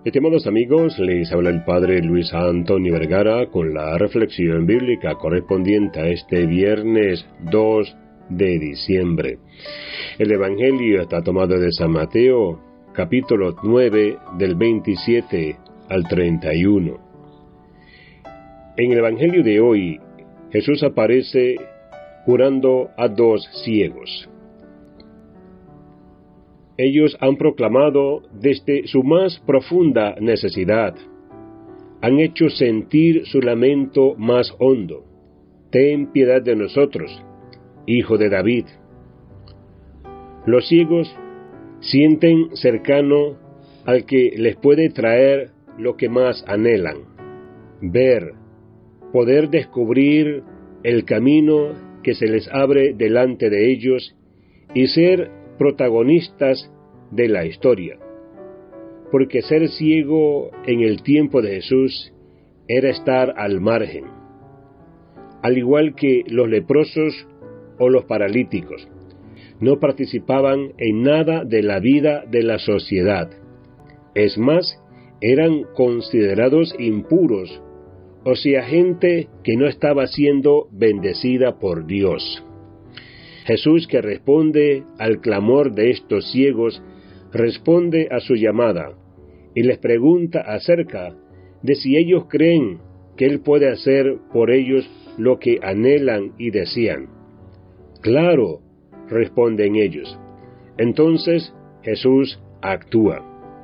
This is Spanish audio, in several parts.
Estimados amigos, les habla el Padre Luis Antonio Vergara con la reflexión bíblica correspondiente a este viernes 2 de diciembre. El Evangelio está tomado de San Mateo, capítulo 9, del 27 al 31. En el Evangelio de hoy, Jesús aparece curando a 2 ciegos. Ellos han proclamado desde su más profunda necesidad, han hecho sentir su lamento más hondo. Ten piedad de nosotros, Hijo de David. Los ciegos sienten cercano al que les puede traer lo que más anhelan: ver, poder descubrir el camino que se les abre delante de ellos y ser protagonistas de la historia, porque ser ciego en el tiempo de Jesús era estar al margen, al igual que los leprosos o los paralíticos. No participaban en nada de la vida de la sociedad. Es más, eran considerados impuros, o sea, gente que no estaba siendo bendecida por Dios. Jesús, que responde al clamor de estos ciegos, responde a su llamada y les pregunta acerca de si ellos creen que Él puede hacer por ellos lo que anhelan y desean. Claro, responden ellos. Entonces Jesús actúa.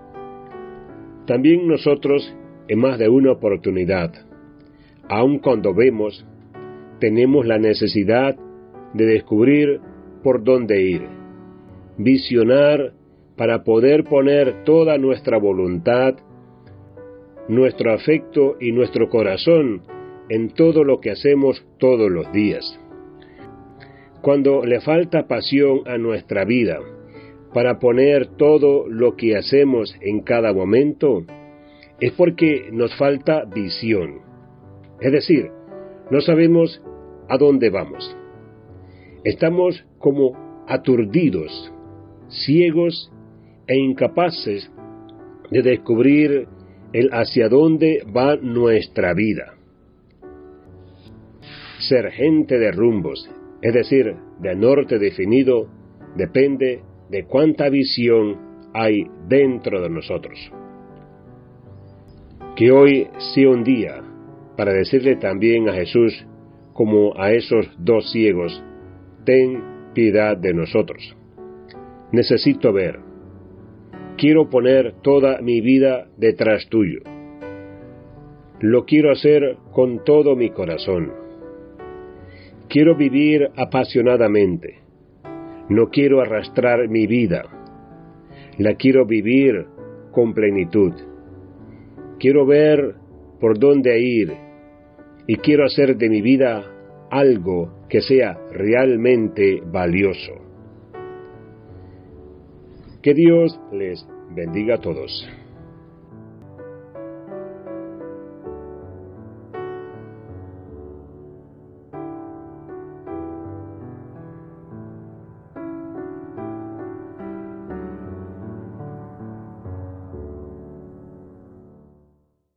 También nosotros, en más de una oportunidad, aun cuando vemos, tenemos la necesidad de descubrir por dónde ir, visionar para poder poner toda nuestra voluntad, nuestro afecto y nuestro corazón en todo lo que hacemos todos los días. Cuando le falta pasión a nuestra vida para poner todo lo que hacemos en cada momento, es porque nos falta visión. Es decir, no sabemos a dónde vamos. Estamos como aturdidos, ciegos e incapaces de descubrir el hacia dónde va nuestra vida. Ser gente de rumbos, es decir, de norte definido, depende de cuánta visión hay dentro de nosotros. Que hoy sea un día para decirle también a Jesús, como a esos 2 ciegos: ten piedad de nosotros. Necesito ver. Quiero poner toda mi vida detrás tuyo. Lo quiero hacer con todo mi corazón. Quiero vivir apasionadamente. No quiero arrastrar mi vida. La quiero vivir con plenitud. Quiero ver por dónde ir y quiero hacer de mi vida algo que sea realmente valioso. Que Dios les bendiga a todos.